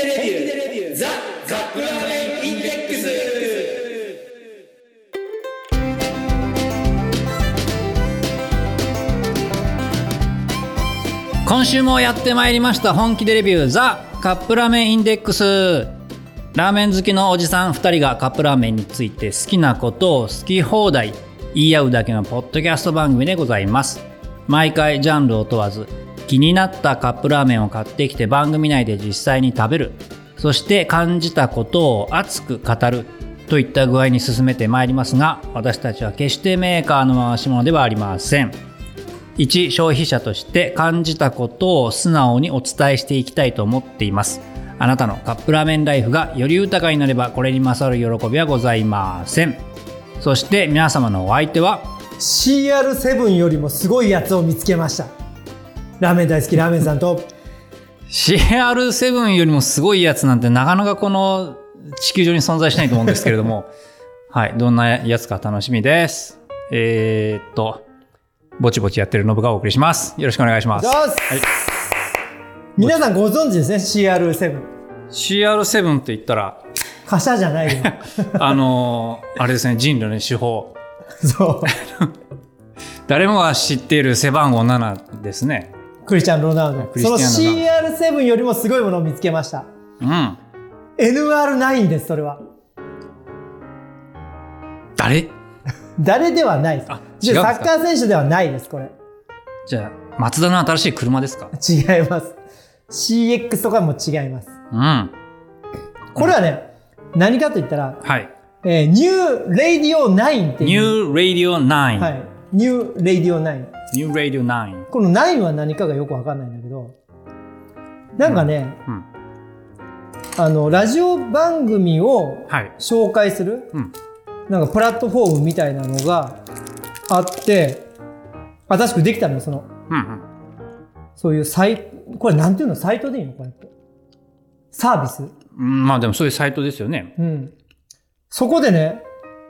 でレビューザ・カップラーメンインデックス。 今週もやってまいりました本気でレビューザ・カップラーメンインデックス。ラーメン好きのおじさん2人がカップラーメンについて好きなことを好き放題言い合うだけのポッドキャスト番組でございます。毎回ジャンルを問わず気になったカップラーメンを買ってきて番組内で実際に食べる、そして感じたことを熱く語るといった具合に進めてまいりますが、私たちは決してメーカーの回し物ではありません。一消費者として感じたことを素直にお伝えしていきたいと思っています。あなたのカップラーメンライフがより豊かになればこれに勝る喜びはございません。そして皆様のお相手は CR7 よりもすごいやつを見つけました。ラーメン大好きラーメンさんと CR7 よりもすごいやつなんてなかなかこの地球上に存在しないと思うんですけれどもはい、どんなやつか楽しみです。ぼちぼちやってるノブがお送りします。よろしくお願いします。はい、 皆さんご存知ですね、 CR7 って言ったら貨車じゃないよあれですね、人類の手法そう誰もが知っている背番号7ですね。 クリスチャン・ロナウド。その CR7 よりもすごいものを見つけました。 うん。 NR9 です。それは誰ではないです。サッカー選手ではないです。これじゃあマツダの新しい車ですか？違います。 CX とかも違います。 うん。 これはね、何かと言ったら、 はい、 ニュー・レイディオ9っていう。 ニュー・レイディオ9。 はい。ニュー・レイディオ9。 ニュー・レイディオ9。 この9は何かがよくわかんないんだけど、なんかね、ラジオ番組を紹介する、なんかプラットフォームみたいなのがあって、新しくできたのよ、そういうこれなんていうの、サイトでいいのこれって。サービス？ まあでもそういうサイトですよね。 そこでね、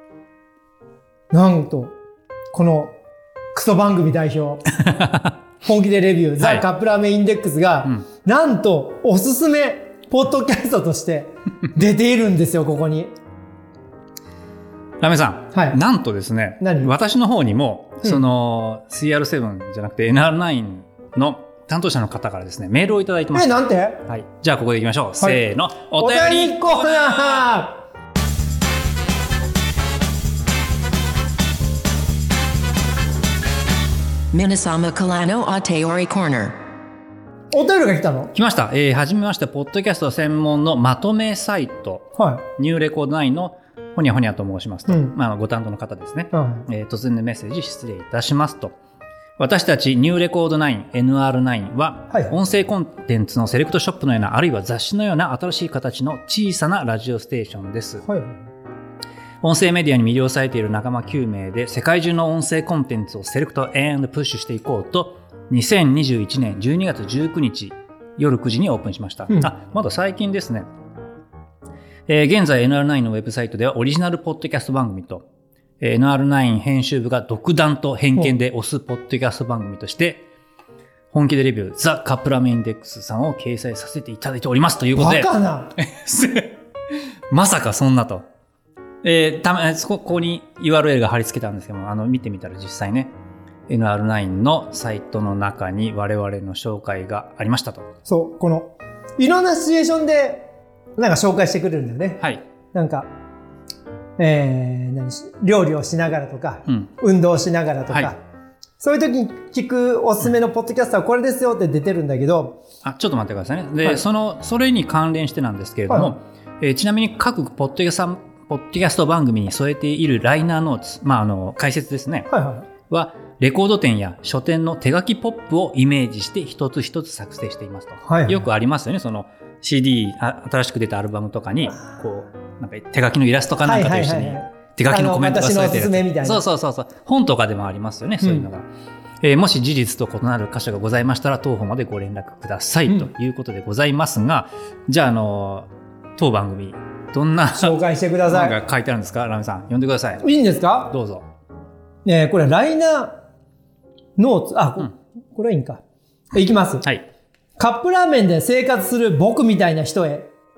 なんと、このクソ番組代表、本気でレビュー、ザ・カップラーメンインデックスが、なんとおすすめポッドキャストとして出ているんですよ、ここに。 ラメさん、なんとですね、私の方にも、その CR7 じゃなくて NR9 の担当者の方からですね、メールをいただいてます。 なんて？ はい。じゃあここでいきましょう。せーの。お便りコーナー。 皆様からのお便りコーナー。 お便りが来たの？ 来ました。はじめまして、ポッドキャスト専門のまとめサイト、ニューレコード9のほにゃほにゃと申しますと、ご担当の方ですね。突然のメッセージ失礼いたしますと。私たちニューレコード9、NR9 は、音声コンテンツのセレクトショップのような、あるいは雑誌のような新しい形の小さなラジオステーションです。音声メディアに魅了されている仲間9名で世界中の音声コンテンツをセレクト&プッシュしていこうと2021年12月19日夜9時にオープンしました。まだ最近ですね。現在 NR9 のウェブサイトではオリジナルポッドキャスト番組と NR9 編集部が独断と偏見で推すポッドキャスト番組として本気でレビューザ・カップラーメンインデックスさんを掲載させていただいておりますということで。 バカなまさかそんなと。ここに URL が貼り付けたんですけども、見てみたら実際ね、NR9 のサイトの中に我々の紹介がありましたと。 そう、この、いろんなシチュエーションで、なんか紹介してくれるんだよね。 はい。 なんか、料理をしながらとか、運動しながらとか、そういう時に聞くおすすめのポッドキャストはこれですよって出てるんだけど。 ちょっと待ってくださいね。で、それに関連してなんですけれども、ちなみに各ポッドキャスト番組に添えているライナーノーツ、解説ですね。は、レコード店や書店の手書きポップをイメージして一つ一つ作成していますと。よくありますよね。その CD、新しく出たアルバムとかに、こう、なんか手書きのイラストかなんかと一緒に、手書きのコメントが添えてる。そう。本とかでもありますよね、そういうのが。もし事実と異なる箇所がございましたら、当方までご連絡くださいということでございますが、じゃあ、当番組、どんな紹介してください。 何か書いてあるんですか？ラメさん、読んでください。 いいんですか？ どうぞ。 これライナーノーツ、これはいいんか。いきます。 はい。 カップラーメンで生活する僕みたいな人へ。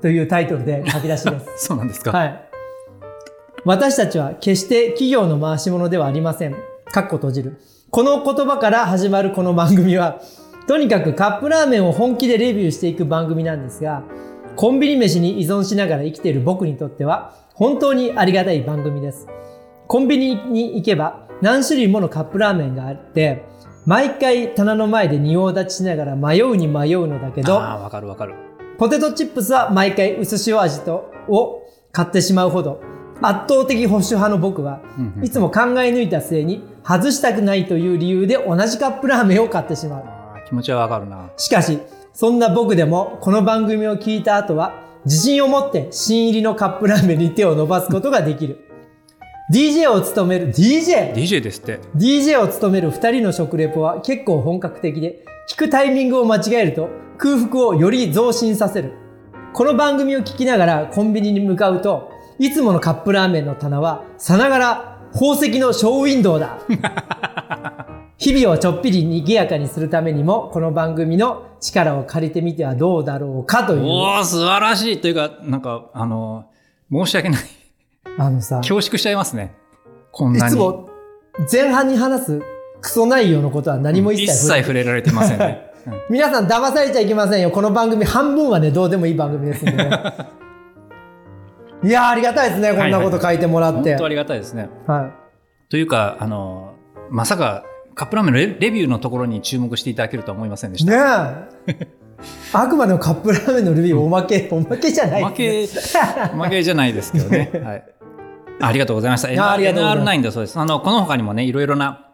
というタイトルで書き出しです。 そうなんですか。 はい。私たちは決して企業の回し物ではありません。かっこ閉じる。この言葉から始まるこの番組は、とにかくカップラーメンを本気でレビューしていく番組なんですが、コンビニ飯に依存しながら生きている僕にとっては、本当にありがたい番組です。コンビニに行けば何種類ものカップラーメンがあって、毎回棚の前で仁王立ちしながら迷うに迷うのだけど、 わかるわかる。 ポテトチップスは毎回薄塩味を買ってしまうほど、圧倒的保守派の僕は、いつも考え抜いた末に外したくないという理由で同じカップラーメンを買ってしまう。 気持ちはわかるな。 しかし、そんな僕でもこの番組を聞いた後は、自信を持って新入りのカップラーメンに手を伸ばすことができる。DJ を務める、DJ ですって。 DJ を務める2人の食レポは結構本格的で、聞くタイミングを間違えると空腹をより増進させる。この番組を聞きながらコンビニに向かうと、いつものカップラーメンの棚はさながら宝石のショーウィンドウだ。日々をちょっぴり賑やかにするためにも、この番組の力を借りてみてはどうだろうかという。 おー、素晴らしい。というか、なんか、申し訳ない。恐縮しちゃいますね。こんなに。 いつも前半に話すクソ内容のことは何も一切触れられてませんね。 皆さん騙されちゃいけませんよ。この番組半分はね、どうでもいい番組ですんでね。いやー、ありがたいですね。こんなこと書いてもらって。 本当ありがたいですね。 はい。 というか、まさかカップラーメンのレビューのところに注目していただけるとは思いませんでした。 ねえ。あくまでもカップラーメンのレビューおまけじゃない。 おまけじゃないですけどね。はい。ありがとうございました。NR9 だそうです。この他にもね、いろいろな、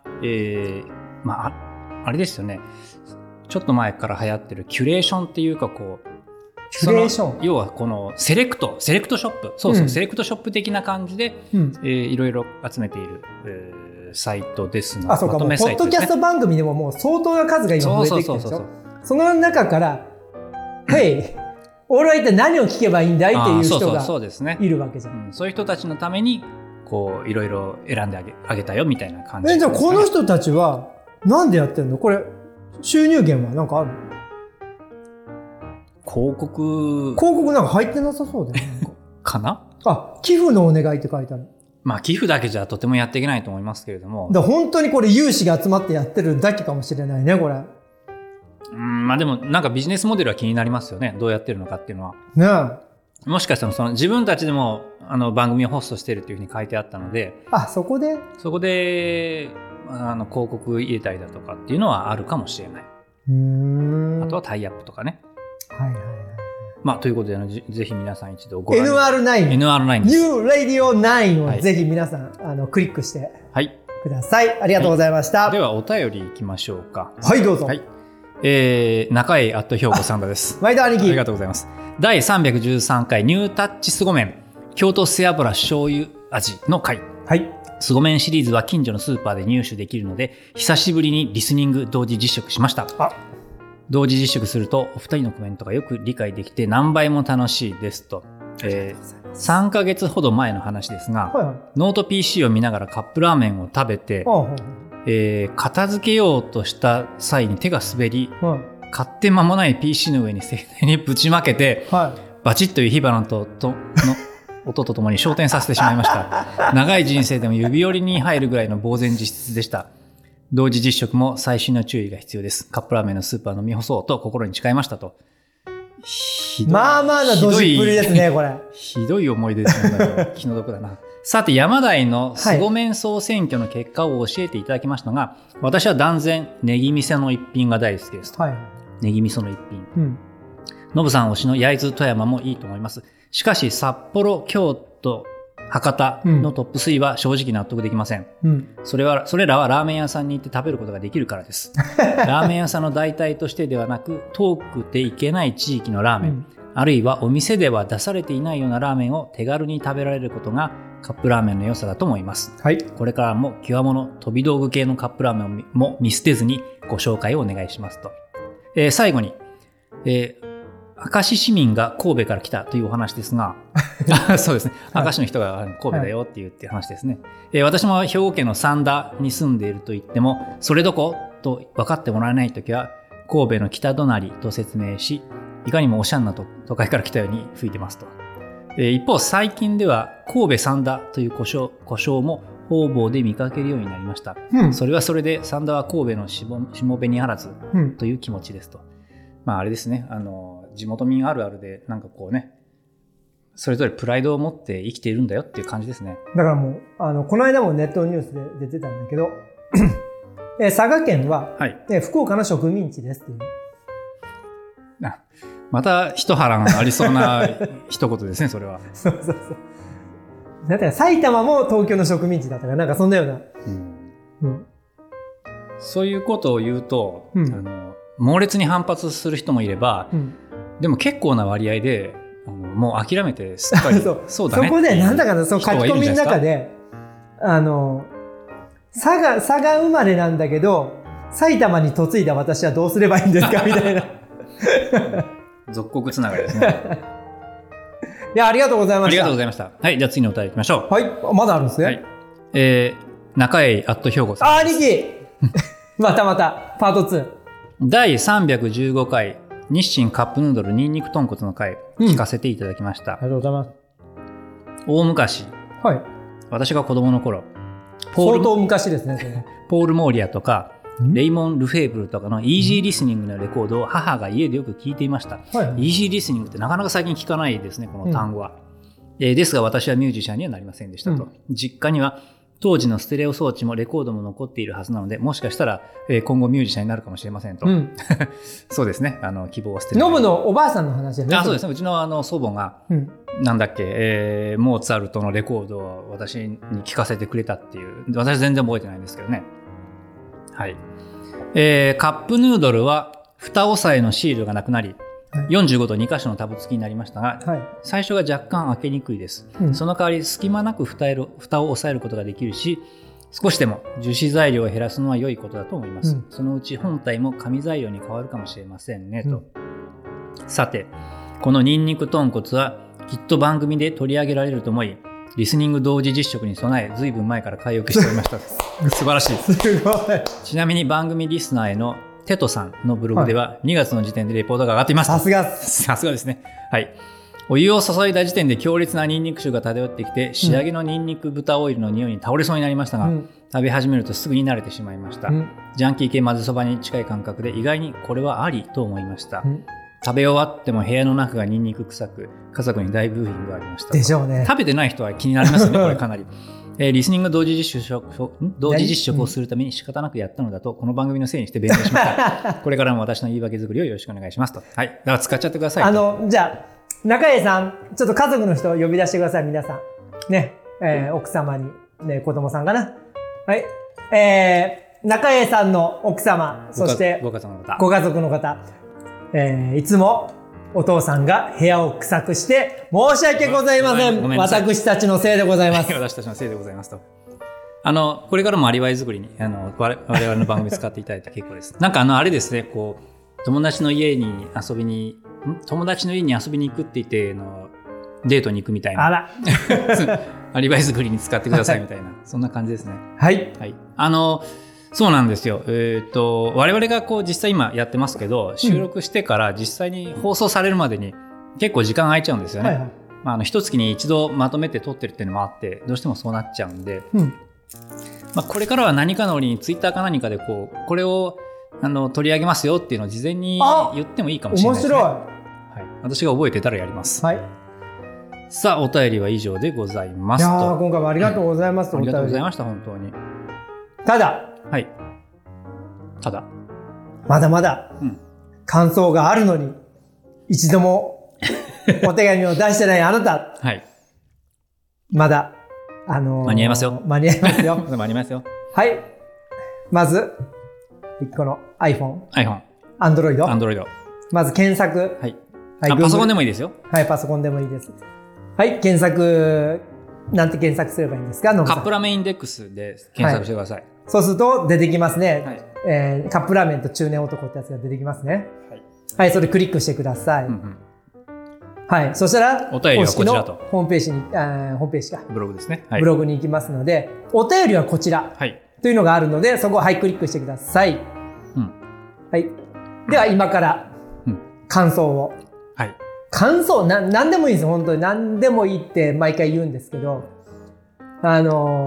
あれですよね。ちょっと前から流行ってるキュレーションっていうかキュレーション、 要はこのセレクトショップ。そう、セレクトショップ的な感じで、いろいろ集めている、サイトですの。 そうか、ポッドキャスト番組でももう相当な数が今増えてきてるでしょ。その中から、Hey、俺は一体何を聞けばいいんだいっていう人がいるわけじゃん。 そういう人たちのために、いろいろ選んであげたよみたいな感じ、 じゃあこの人たちはなんでやってんの？これ、収入源はなんかあるの？ 広告なんか入ってなさそうだよね。 かな？ 寄付のお願いって書いてある。 寄付だけじゃとてもやっていけないと思いますけれども。 本当にこれ有志が集まってやってるだけかもしれないね、これ。 でもなんかビジネスモデルは気になりますよね。どうやってるのかっていうのは。 ねえ。 もしかしたらその自分たちでも番組をホストしてるっていうふうに書いてあったので。 そこで広告入れたりだとかっていうのはあるかもしれない。あとはタイアップとかね。ということでぜひ皆さん一度ご覧 NR9 です。 New Radio 9をぜひ皆さん、クリックしてください。ありがとうございました。 ではお便りいきましょうか。 はい、どうぞ。 中江兵庫さんです毎度兄貴。 ありがとうございます。第313回ニュータッチ凄麺京都背脂醤油味の回。 はい。 凄麺シリーズは近所のスーパーで入手できるので、久しぶりにリスニング同時実食しました。同時実食するとお二人のコメントがよく理解できて何倍も楽しいですと。3ヶ月ほど前の話ですが、ノート PC を見ながらカップラーメンを食べて、片付けようとした際に手が滑り、買って間もない PC の上に盛大にぶちまけて、バチッという火花の音とともに昇天させてしまいました。長い人生でも指折りに入るぐらいの呆然自失でした。同時実食も細心の注意が必要です。カップラーメンのスーパー飲み干そうと心に誓いましたと。 まあまあなドジっぷりですね、これ。 ひどい思い出ですね。気の毒だな。さて、山台の凄麺総選挙の結果を教えていただきましたが、私は断然ネギ味噌の一品が大好きですと。ネギ味噌の一品。ノブさん推しの焼津富山もいいと思います。しかし、札幌、京都、博多のトップ3は正直納得できません。それらはラーメン屋さんに行って食べることができるからです。ラーメン屋さんの代替としてではなく、遠くて行けない地域のラーメン、あるいはお店では出されていないようなラーメンを手軽に食べられることがカップラーメンの良さだと思います。これからも極物飛び道具系のカップラーメンも見捨てずにご紹介をお願いしますと。最後に、明石市民が神戸から来たというお話ですがそうですね、明石の人が神戸だよっていう話ですね。私も兵庫県の三田に住んでいると言っても、それどこと分かってもらえないときは神戸の北隣と説明し、 いかにもおしゃんなと都会から来たように吹いてますと。一方、最近では神戸三田という呼称も方々で見かけるようになりました。それはそれで三田は神戸のしもべにあらずという気持ちですと。まああれですね、地元民あるあるでなんかこうね、それぞれプライドを持って生きているんだよっていう感じですね。 だからもうこの間もネットニュースで出てたんだけど佐賀県は、はい、福岡の植民地ですっていう。 また一波乱ありそうな一言ですね、それは。 そう。だから埼玉も東京の植民地だったから、なんかそんなような。 そういうことを言うと、猛烈に反発する人もいれば、でも結構な割合で、もう諦めてすっかりそうだね。 そこでなんだかな、その書き込みの中で、佐賀生まれなんだけど、埼玉に嫁いだ私はどうすればいいんですかみたいな。 属国つながりですね。 いや、ありがとうございました。 ありがとうございました。はい、じゃあ次のお便り行きましょう。 はい、まだあるんですね。はい。 中江兵庫さん。 兄貴また、パート2。 第315回、日清カップヌードルニンニク豚骨の回、聞かせていただきました。 ありがとうございます。 大昔、 はい。 私が子供の頃、 相当昔ですね。 ポール・モーリアとか、レイモン・ルフェーブルとかのイージーリスニングのレコードを母が家でよく聞いていました。イージーリスニングってなかなか最近聞かないですね、この単語は。ですが私はミュージシャンにはなりませんでしたと。実家には当時のステレオ装置もレコードも残っているはずなので、もしかしたら今後ミュージシャンになるかもしれませんと。そうですね、希望を捨てる。 ノブのおばあさんの話ですね。 そうですね、うちの祖母が、なんだっけ、モーツァルトのレコードを私に聞かせてくれたっていう、私全然覚えてないんですけどね。はい。カップヌードルは蓋押さえのシールがなくなり、45度2箇所のタブ付きになりましたが、最初が若干開けにくいです。その代わり隙間なく蓋を押さえることができるし、少しでも樹脂材料を減らすのは良いことだと思います。そのうち本体も紙材料に変わるかもしれませんねと。さて、このニンニク豚骨はきっと番組で取り上げられると思い、リスニング同時実食に備え、ずいぶん前から買い置きしておりました。素晴らしい。 すごい。 ちなみに番組リスナーへのテトさんのブログでは2月の時点でレポートが上がっています。 さすがですね。はい。お湯を注いだ時点で強烈なニンニク臭が漂ってきて、仕上げのニンニク豚オイルの匂いに倒れそうになりましたが、食べ始めるとすぐに慣れてしまいました。ジャンキー系混ぜそばに近い感覚で意外にこれはありと思いました。食べ終わっても部屋の中がニンニク臭く、家族に大ブーイングがありました。 でしょうね。 食べてない人は気になりますよね、これかなり。リスニング同時実食をするために仕方なくやったのだと、この番組のせいにして弁明しました。これからも私の言い訳作りをよろしくお願いしますと。はい。だから使っちゃってください。 じゃあ、中江さん、ちょっと家族の人を呼び出してください、皆さん。ね。奥様に、ね、子供さんかな。はい。中江さんの奥様、そして、ご家族の方。いつもお父さんが部屋を臭くして申し訳ございません。私たちのせいでございます。 私たちのせいでございますと。これからもアリバイ作りに、我々の番組使っていただいて結構です。なんかあれですね、こう、友達の家に遊びに行くって言って、デートに行くみたいな。 あら。 アリバイ作りに使ってくださいみたいな、そんな感じですね。 はい。 はい。そうなんですよ。我々が実際今やってますけど、収録してから実際に放送されるまでに結構時間空いちゃうんですよね。一月に一度まとめて撮ってるっていうのもあって、どうしてもそうなっちゃうんで、これからは何かの折にツイッターか何かでこれを取り上げますよっていうのを事前に言ってもいいかもしれないですね。面白い。はい。私が覚えてたらやります。 はい。 さあ、お便りは以上でございますと。 いやー、今回もありがとうございます。 ありがとうございました、本当に。 ただ、 はい。ただ、 まだまだ、感想があるのに、一度もお手紙を出してないあなた。 はい。 まだ、 間に合いますよ。 間に合いますよ。 間に合いますよ。 はい。まず、この iPhone。Android。まず検索。 はい。パソコンでもいいですよ。 はい、パソコンでもいいです。はい、検索、なんて検索すればいいんですか？ カップラーメンインデックスで検索してください。 そうすると出てきますね。カップラーメンと中年男ってやつが出てきますね。はい、それクリックしてください。はい、そしたら、 お便りはこちらと。 ホームページに、ホームページか。 ブログですね。 ブログに行きますので、お便りはこちら。というのがあるので、そこをクリックしてください。はい。では今から、感想を感想、なんでもいいです。本当に。なんでもいいって毎回言うんですけど、なん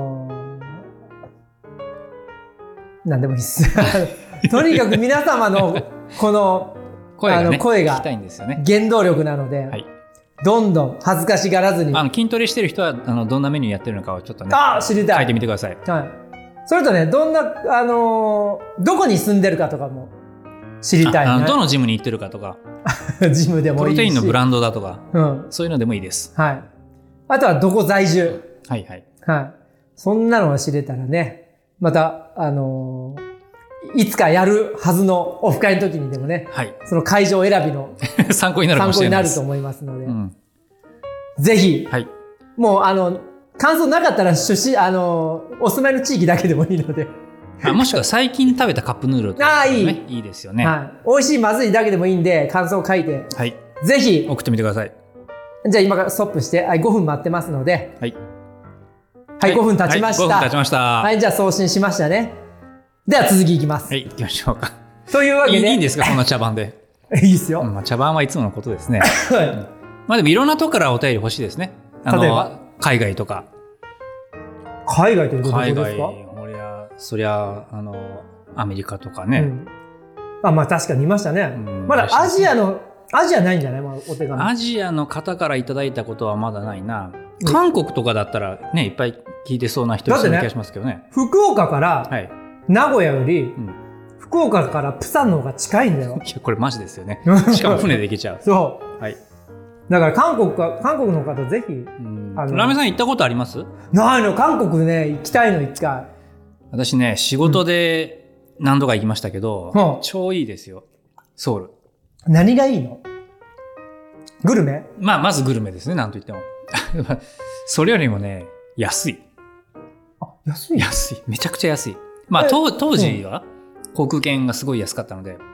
でもいいです。とにかく皆様のこの声が聞きたいんですよね。 原動力なので、はい、どんどん恥ずかしがらずに。 筋トレしてる人はどんなメニューやってるのかをちょっとね、 知りたい。 書いてみてください。 はい。それとね、どんな、どこに住んでるかとかも知りたいね。 どのジムに行ってるかとか。 ジムでもいいし。 プロテインのブランドだとか。そういうのでもいいです。 はい。あとはどこ在住。 はいはい。 はい。そんなのが知れたらね、また、いつかやるはずのオフ会の時にでもね、はい、その会場選びの参考になるかもしれないです。 参考になると思いますので、ぜひ、はい、もう感想なかったらお住まいの地域だけでもいいのでもしくは最近食べたカップヌードルとか、ね、いいですよね、 はい、美味しいまずいだけでもいいんで感想を書いて、はい、ぜひ送ってみてください。 じゃあ今からストップして、はい、5分待ってますので、はい、はい、5分経ちました。 5分経ちました。 はい、じゃあ送信しましたね。では続きいきます。 はい、行きましょうか。 というわけで。 いいんですか、そんな茶番で。 いいですよ。 茶番はいつものことですね。はい。まあでもいろんなとこからお便り欲しいですね。例えば海外とか。 海外ということですか？ 海外、そりゃ、アメリカとかね。 まあ確かにいましたね。まだアジアないんじゃない？まあ、お手紙。 アジアの方からいただいたことはまだないな。韓国とかだったらね、いっぱい聞いてそうな人いそうな気がしますけどね。 福岡から、はい、名古屋より、福岡からプサンの方が近いんだよ。 いや、これマジですよね。しかも船で行けちゃう。 そう。はい。だから韓国の方ぜひ。 ラーメンさん行ったことあります？ ないの。韓国ね、行きたいの一回。 私ね、仕事で何度か行きましたけど、超いいですよ。ソウル。 何がいいの？グルメ？ まずグルメですね、なんと言っても。それよりもね、安い。 安い？ 安い。めちゃくちゃ安い。当時は航空券がすごい安かったので。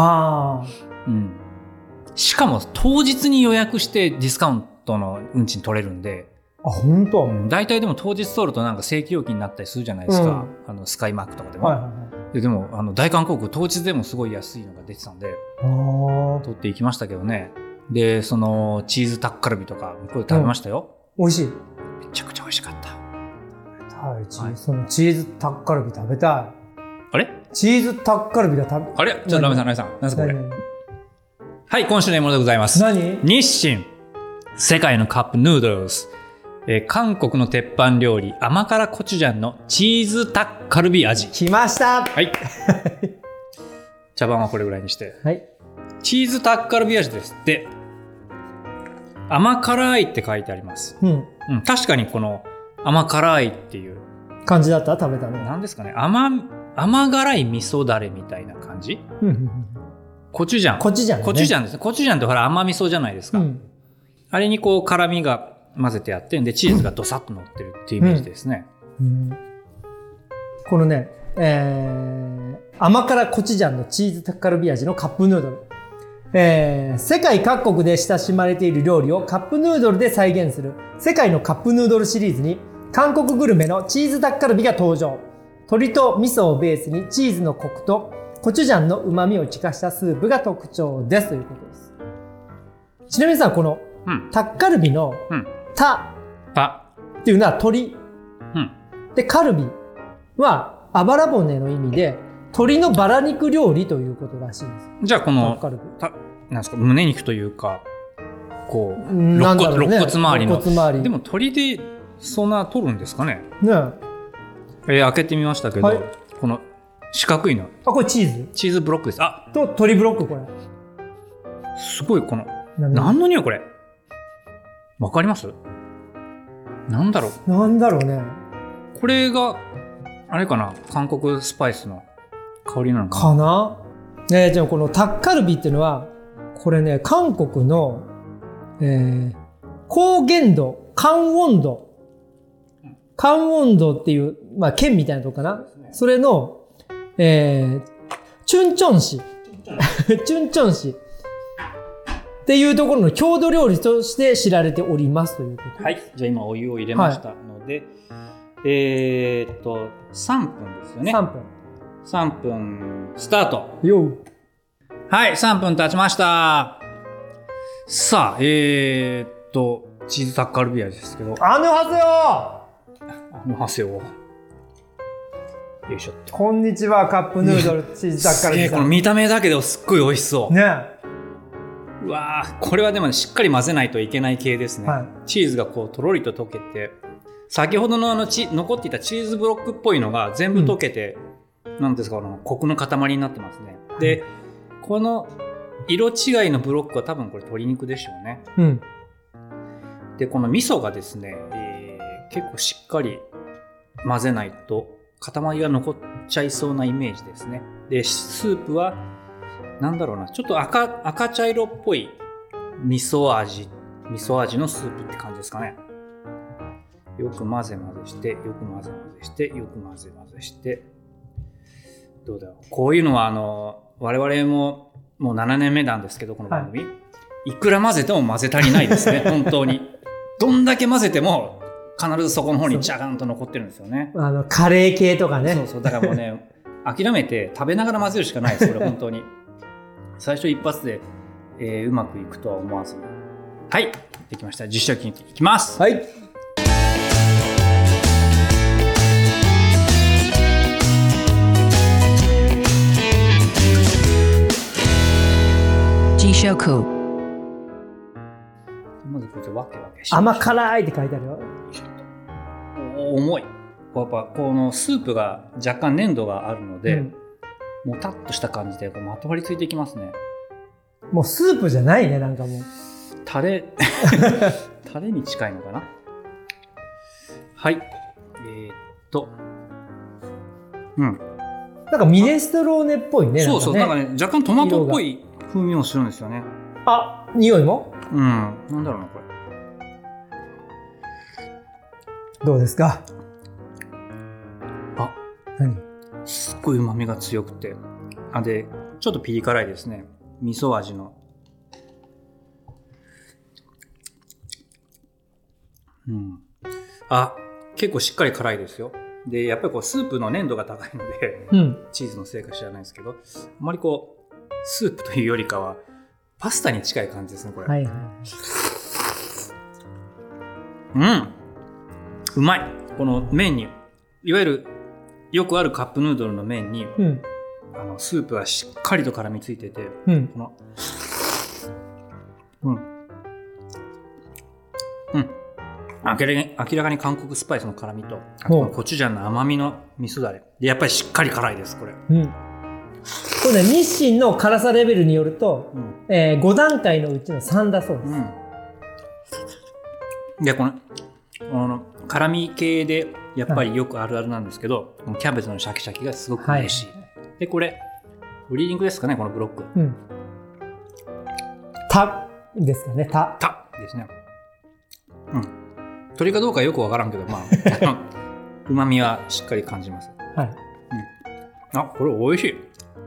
しかも当日に予約してディスカウントの運賃取れるんで。 本当？ 大体でも当日取るとなんか正規料金になったりするじゃないですか。スカイマークとかでも。でも、大韓航空当日でもすごい安いのが出てたんで、取っていきましたけどね。で、その、チーズタッカルビとか、これ食べましたよ。 美味しい。 めちゃくちゃ美味しかった。 そのチーズタッカルビ食べたい。 あれ？ チーズタッカルビが食べ。 あれ？じゃあラメさん、何ですかこれ。はい、今週の獲物でございます。 何？ 日清。世界のカップヌードルズ。韓国の鉄板料理、甘辛コチュジャンのチーズタッカルビ味。 来ました。 はい。茶番はこれぐらいにして。 はい。 チーズタッカルビ味ですって。甘辛いって書いてあります。確かにこの甘辛いっていう感じだった？食べたの。 なんですかね。甘辛い味噌だれみたいな感じ。コチュジャン。 コチュジャンね。 コチュジャンですね。コチュジャンってほら甘味噌じゃないですか。あれにこう辛みが混ぜてあって、でチーズがドサッと乗ってるっていうイメージですね。 このね、甘辛コチュジャンのチーズタッカルビ味のカップヌードル。世界各国で親しまれている料理をカップヌードルで再現する世界のカップヌードルシリーズに韓国グルメのチーズタッカルビが登場。鶏と味噌をベースにチーズのコクとコチュジャンの旨味を効かしたスープが特徴ですということです。ちなみにさ、この、タッカルビのタっていうのは鶏。で、カルビはあばら骨の意味で鶏のバラ肉料理ということらしいです。 じゃあこのなんですか、胸肉というかこう肋骨周りのでも鶏でそんな取るんですかね。開けてみましたけど、この四角いの。 これチーズブロックです。 と鶏ブロック。これすごい。この何の匂いこれわかります？なんだろうね。これがあれかな、韓国スパイスの香りなのかな。じゃあこのタッカルビっていうのはこれね、韓国の、高原度関温度っていう、県みたいなとこかな。それの、チュンチョン市っていうところの郷土料理として知られておりますということです。 はい。じゃあ今お湯を入れましたので、3分ですよね。3分スタート。はい、3分経ちました。 さあ、チーズタッカルビ味ですけど。 アヌハセヨよいしょっと。 こんにちは、カップヌードル、チーズタッカルビ。 この見た目だけですっごい美味しそう。 ね。 うわー、これはでもしっかり混ぜないといけない系ですね。はい、チーズがこうとろりと溶けて、先ほどの残っていたチーズブロックっぽいのが全部溶けて、なんですか、コクの塊になってますね。で、この色違いのブロックは多分これ鶏肉でしょうね。うん。で、この味噌がですね、結構しっかり混ぜないと塊が残っちゃいそうなイメージですね。で、スープはなんだろうな、ちょっと赤茶色っぽい味噌味のスープって感じですかね。よく混ぜして、よく混ぜして、よく混ぜして、どうだろう。こういうのは我々もう7年目なんですけど、この番組、いくら混ぜても混ぜ足りないですね。本当にどんだけ混ぜても必ずそこの方にジャガンと残ってるんですよね。 カレー系とかね。 そうだからもうね諦めて食べながら混ぜるしかないです。これ本当に最初一発で、うまくいくとは思わずに。はい、できました。実食いきます。 はい。 Jishoku。 まずこいつわけ甘辛いって書いてあるよ。 重い。やっぱこのスープが若干粘度があるので、もたっとした感じでまとわりついていきますね。 もうスープじゃないね、なんかもうタレに近いのかな。はい。 なんかミネストローネっぽいね。 そうそう、なんかね、若干トマトっぽい風味もするんですよね。 あ、匂いも？ なんだろうな、これ。 どうですか？何？ すっごい旨味が強くて。で、ちょっとピリ辛いですね。味噌味の。結構しっかり辛いですよ。で、やっぱりスープの粘度が高いので、チーズのせいか知らないですけど、あまりスープというよりかは、パスタに近い感じですね、これ。はいはい。うまい。この麺に、いわゆるよくあるカップヌードルの麺に、スープがしっかりと絡みついてて、明らかに韓国スパイスの辛みと、コチュジャンの甘みの味噌だれで、やっぱりしっかり辛いです、これ。これね、日清の辛さレベルによると、5段階のうちの3だそうです。 で、この辛み系でやっぱりよくあるあるなんですけど、キャベツのシャキシャキがすごく嬉しい。で、これフリーリングですかね、このブロック。 タですかね、タですね。鶏かどうかよくわからんけど、うまみはしっかり感じます。はい。これ美味しい。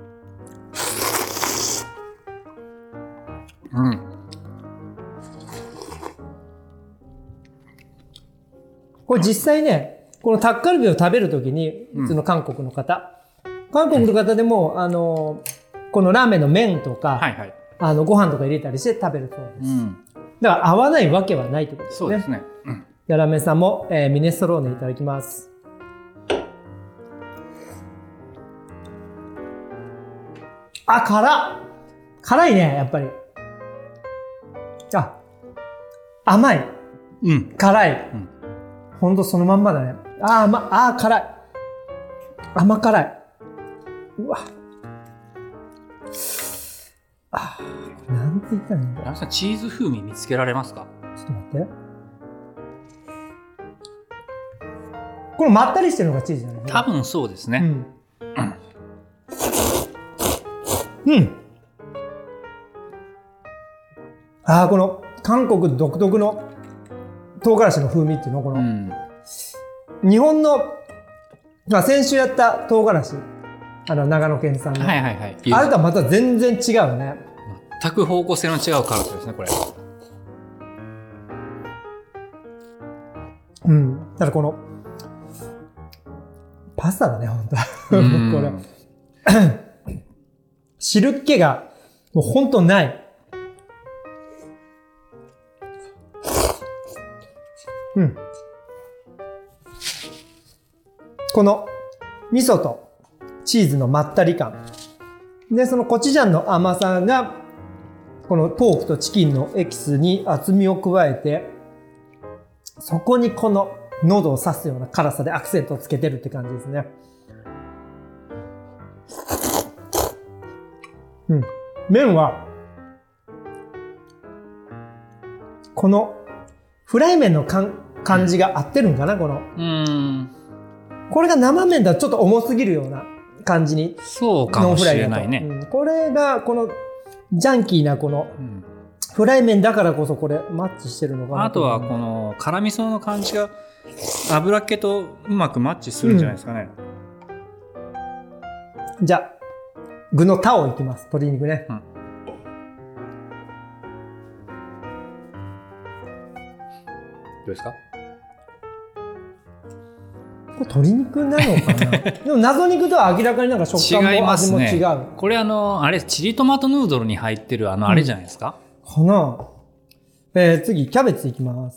これ実際ね、このタッカルビを食べるときに、その韓国の方でも、このラーメンの麺とか、ご飯とか入れたりして食べるそうです。だから合わないわけはないってことですね。そうですね。ラーメンさんも、ミネストローネいただきます。辛いね、やっぱり。甘い。辛い。ほんとそのまんまだね。辛い。甘辛い。うわ。なんて言ったらいいんだ。 ラムさん、チーズ風味見つけられますか？ ちょっと待って。このまったりしてるのがチーズじゃない？ 多分そうですね。 この韓国独特の唐辛子の風味っていうのこの、日本の、先週やった唐辛子、長野県産の、あれとはまた全然違うね。 全く方向性の違う辛さですね、これ。 ただこのパスタだね、本当これ汁っ気がもう本当ない。 うん。この味噌とチーズのまったり感。で、そのコチュジャンの甘さが、このポークとチキンのエキスに厚みを加えて、そこにこの喉を刺すような辛さでアクセントをつけてるって感じですね。うん。麺は、このフライ麺の感じが合ってるんかな、この。これが生麺だとちょっと重すぎるような感じに。 そうかもしれないね。 これが、この、ジャンキーなこの、フライ麺だからこそこれマッチしてるのかな。 あとはこの辛味噌の感じが油っ気とうまくマッチするんじゃないですかね。 じゃあ、具のタオいきます。鶏肉ね。どうですか？ これ鶏肉なのかなでも謎肉とは明らかになんか食感も味も違う。 これあれ、チリトマトヌードルに入ってるあれじゃないですか？ かな。次、キャベツいきます。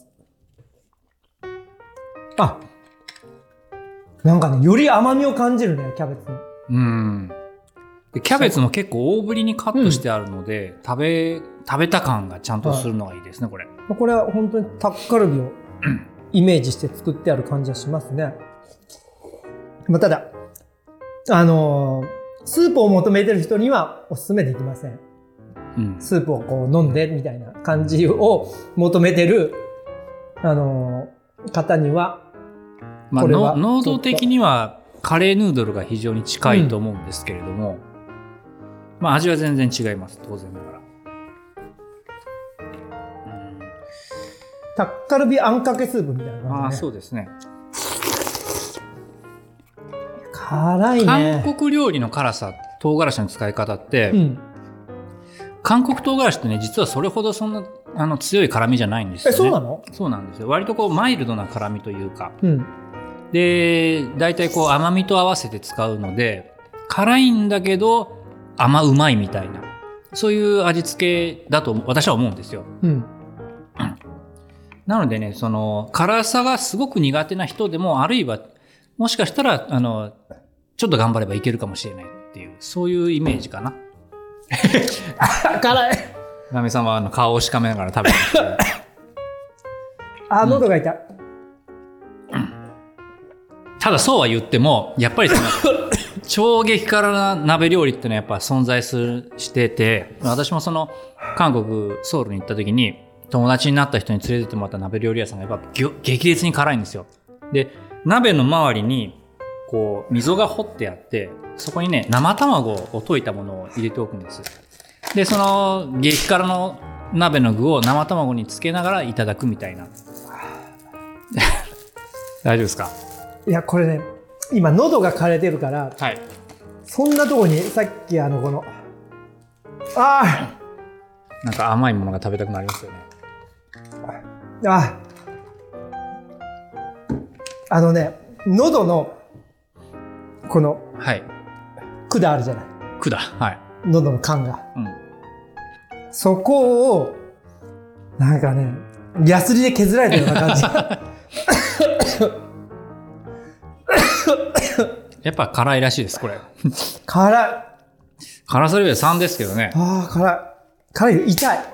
あ、なんかね、より甘みを感じるね、キャベツの。 でキャベツも結構大ぶりにカットしてあるので、食べた感がちゃんとするのがいいですね、これ。 これは本当にタッカルビをイメージして作ってある感じがしますね。ただ、スープを求めてる人にはおすすめできません。スープをこう飲んでみたいな感じを求めてる、方には、これは濃度的にはカレーヌードルが非常に近いと思うんですけれども、味は全然違います、当然ながら。 タッカルビあんかけスープみたいな感じ、 そうですね。 辛いね。 韓国料理の辛さ、唐辛子の使い方って、韓国唐辛子ってね、実はそれほどそんな強い辛みじゃないんですよね。 そうなの？ そうなんですよ。割とこうマイルドな辛みというか、で大体こう甘みと合わせて使うので、辛いんだけど甘うまいみたいな、そういう味付けだと私は思うんですよ。なのでね、その辛さがすごく苦手な人でも、あるいはもしかしたらちょっと頑張ればいけるかもしれないっていう、そういうイメージかな。 辛い。 ナミさんは顔をしかめながら食べてます。喉が痛い。 ただそうは言っても、やっぱりその超激辛な鍋料理っていうのはやっぱ存在してて、私もその韓国ソウルに行った時に友達になった人に連れてってもらった鍋料理屋さんがやっぱ激烈に辛いんですよ。で、鍋の周りにこう溝が掘ってあって、そこにね、生卵を溶いたものを入れておくんです。で、その激辛の鍋の具を生卵につけながらいただくみたいな。大丈夫ですか？ いや、これね、今喉が枯れてるから、そんなとこにさっきこのなんか甘いものが食べたくなりますよね。 喉のこの管あるじゃない。 管、 喉の管が、そこをなんかね、ヤスリで削られたような感じ。 やっぱ辛いらしいです、これ。 辛い。 辛さレベル3ですけどね。 辛い。痛い。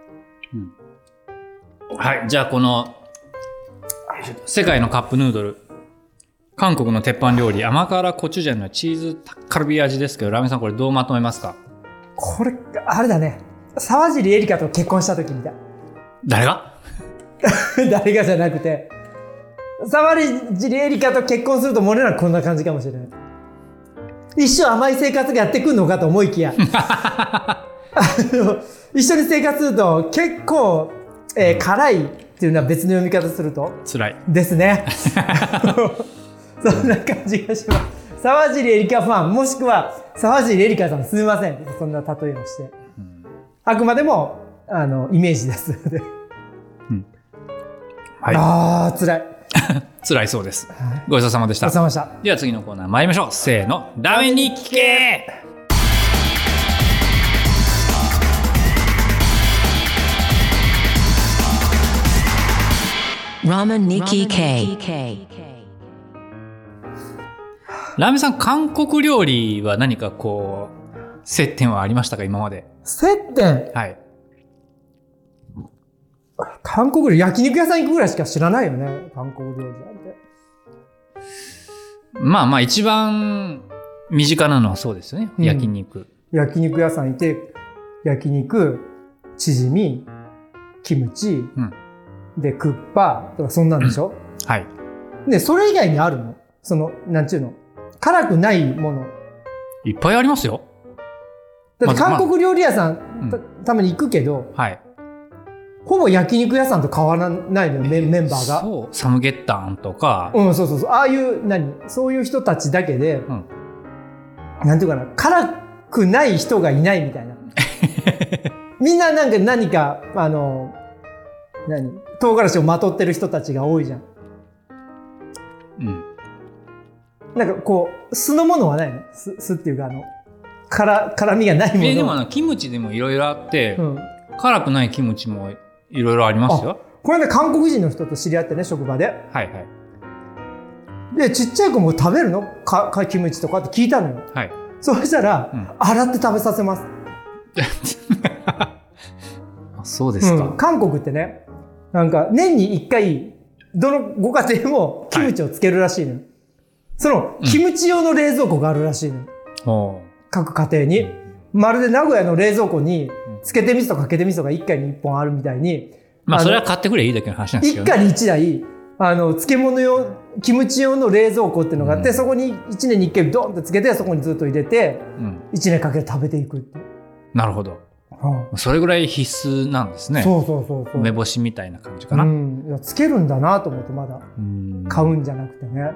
はい、じゃあこの世界のカップヌードル、韓国の鉄板料理、甘辛コチュジャンのチーズタッカルビ味ですけど、ラーメンさんこれどうまとめますか？ これあれだね、沢尻エリカと結婚した時みたい。 誰が？ 誰がじゃなくて、沢尻エリカと結婚すると俺らこんな感じかもしれない。一生甘い生活がやってくんのかと思いきや一緒に生活すると結構、辛いっていうのは別の読み方すると辛いですね。そんな感じがします。沢尻エリカファン、もしくは沢尻エリカさん、すみません、そんな例えをして、あくまでもイメージですので、辛い辛いそうです。ごちそうさまでした。 ごちそうさまでした。 では次のコーナー参りましょう。せーの、ラーメンに聞け。 Ramen Nikki K。 ラーメンさん、韓国料理は何かこう、接点はありましたか、今まで。 接点？ はい。 韓国料理、焼肉屋さん行くぐらいしか知らないよね、韓国料理なんて。 まあまあ、一番身近なのはそうですよね、焼肉。 焼肉屋さんいて、焼肉、チヂミ、キムチ、で、クッパとかそんなんでしょ、 はい。 で、それ以外にあるの？その、なんちゅうの？辛くないもの。 いっぱいありますよ。 だって韓国料理屋さん、たまに行くけど、 はい。 ほぼ焼肉屋さんと変わらないのよ、メンバーが。 そう。サムゲッタンとか。 そうそうそう。ああいう、そういう人たちだけで、なんていうかな、辛くない人がいないみたいな。みんな何か、唐辛子をまとってる人たちが多いじゃん。なんかこう、酢のものはないの？酢っていうか辛みがないもの。 でもキムチでもいろいろあって、辛くないキムチもいろいろありますよ。 これね、韓国人の人と知り合ってね、職場で。 はいはい。 で、ちっちゃい子も食べるの？キムチとかって聞いたのよ。 はい。 そしたら、洗って食べさせます。 そうですか。 韓国ってね、なんか年に1回、どのご家庭もキムチをつけるらしいのよ。その、キムチ用の冷蔵庫があるらしいの。各家庭に。まるで名古屋の冷蔵庫に、つけて味噌とかけて味噌が1回に1本あるみたいに。 まあ、それは買ってくれいいだけの話なんですけどね。 一家に1台、漬物用、キムチ用の冷蔵庫っていうのがあって、そこに1年に1回ドンってつけて、そこにずっと入れて、1年かけて食べていくって。 なるほど。それぐらい必須なんですね。 そう梅干しみたいな感じかな。 いや、つけるんだなと思ってまだ。買うんじゃなくてね。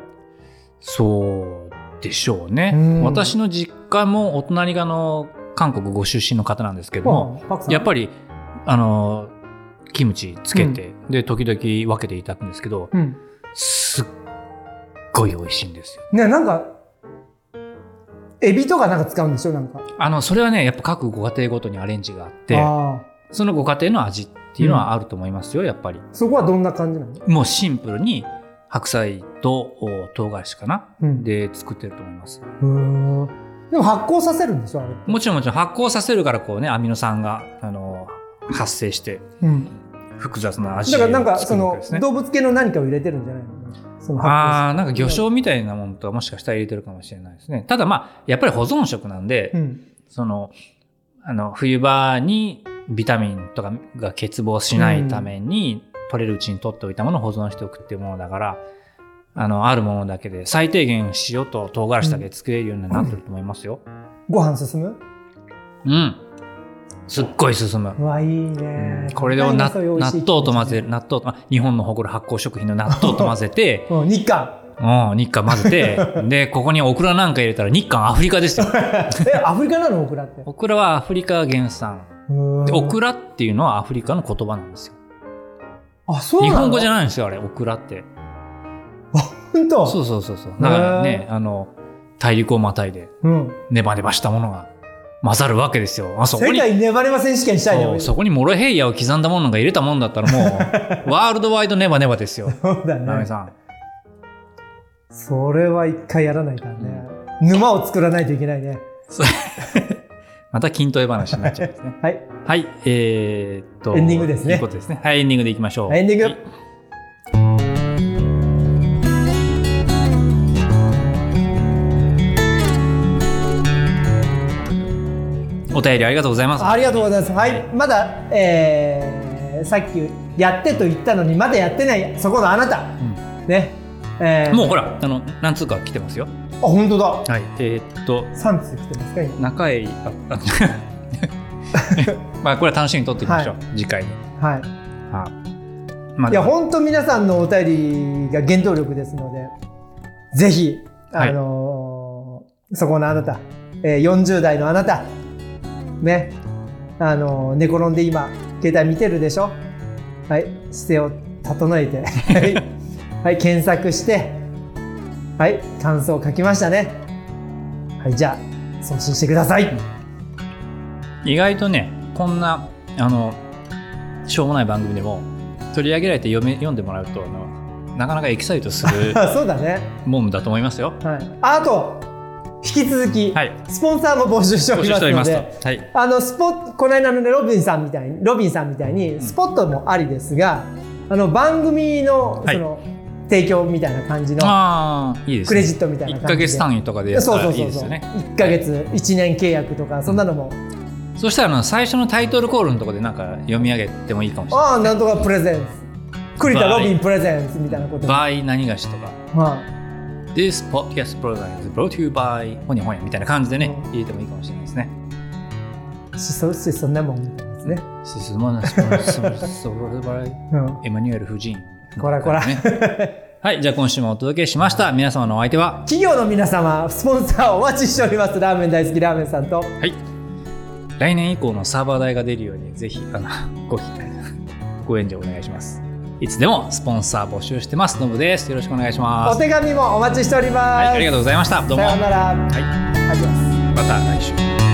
そうでしょうね。私の実家もお隣が韓国ご出身の方なんですけども、やっぱり、キムチつけて、で、時々分けていただくんですけど、すっごい美味しいんですよ。 ね、なんか、エビとかなんか使うんでしょなんか。 それはね、やっぱ各ご家庭ごとにアレンジがあって、そのご家庭の味っていうのはあると思いますよ、やっぱり。 そこはどんな感じなの？ もうシンプルに白菜と唐辛子かな、で作ってると思います。 でも発酵させるんでしょあれ？ もちろん発酵させるからこうね、アミノ酸が発生して、複雑な味を作るわけですね。だからなんか動物系の何かを入れてるんじゃないの？ なんか魚醤みたいなものとかもしかしたら入れてるかもしれないですね。ただまあ、やっぱり保存食なんで、冬場にビタミンとかが欠乏しないために、取れるうちに取っておいたものを保存しておくっていうものだから、あるものだけで最低限塩と唐辛子だけ作れるようになってると思いますよ。 ご飯進む？ すっごい進む。 うわ、いいね。 これを納豆と混ぜる、日本の誇る発酵食品の納豆と混ぜて、 日韓。 日韓混ぜて、で、ここにオクラなんか入れたら日韓アフリカですよ。 アフリカなのオクラって？ オクラはアフリカ原産。で、オクラっていうのはアフリカの言葉なんですよ。 あ、そうなの？ 日本語じゃないんですよ、あれ、オクラって。 本当？ そう。だからね、大陸をまたいで、ネバネバしたものが混ざるわけですよ。世界ネバネバ選手権したいね。 そこにモロヘイヤを刻んだものが入れたもんだったらもう、ワールドワイドネバネバですよ。 そうだね。 ラメさん。 それは一回やらないからね。沼を作らないといけないね。 また筋トレ話になっちゃうんですね。 はい。 はい。エンディングですね。 ということですね。はい、エンディングでいきましょう。 エンディング。 お便りありがとうございます。 ありがとうございます。はい。まだ、さっきやってと言ったのにまだやってないそこのあなた。ね。 もうほら、何通か来てますよ。 あ、本当だ。 はい。3 通来てますか今。 中井、まあこれは楽しみに撮っていきましょう。次回に。 はい。いや、本当皆さんのお便りが原動力ですので、ぜひ、そこのあなた、40代のあなた、ね、寝転んで今、携帯見てるでしょ？はい、姿勢を整えて、はい、検索して、はい、感想を書きましたね。はい、じゃあ、送信してください。 意外とね、こんな、しょうもない番組でも、 取り上げられて読んでもらうとなかなかエキサイトするそうだねもんだと思いますよ。 はい、あと引き続き、はい、スポンサーも募集しておりますので、はい、この間の、ね、ロビンさんみたいにスポットもありですが、番組のその、提供みたいな感じのいいです、ね、 クレジットみたいな感じで 1ヶ月単位とかでやったらいいですよね。 1ヶ月、1年契約とかそんなのも、 そしたら最初のタイトルコールのところでなんか読み上げてもいいかもしれない、 なんとかプレゼンス栗田ロビンプレゼンスみたいなことバイ何がしとか、This podcast program is brought to you by ほにゃほにゃみたいな感じでね、入れてもいいかもしれないですね。 しそんなもんみたいなですね。 しそもなしもエマニュエル夫人。 こらこら。 はい、じゃあ今週もお届けしました。皆様のお相手は企業の皆様、スポンサーお待ちしております。ラーメン大好きラーメンさんと。 はい。来年以降のサーバー代が出るようにぜひご援助お願いします。いつでもスポンサー募集してます。ノブです。よろしくお願いします。 お手紙もお待ちしております。 はい、ありがとうございました。どうも。 さようなら。 はい。 ありがとうございます。 また来週。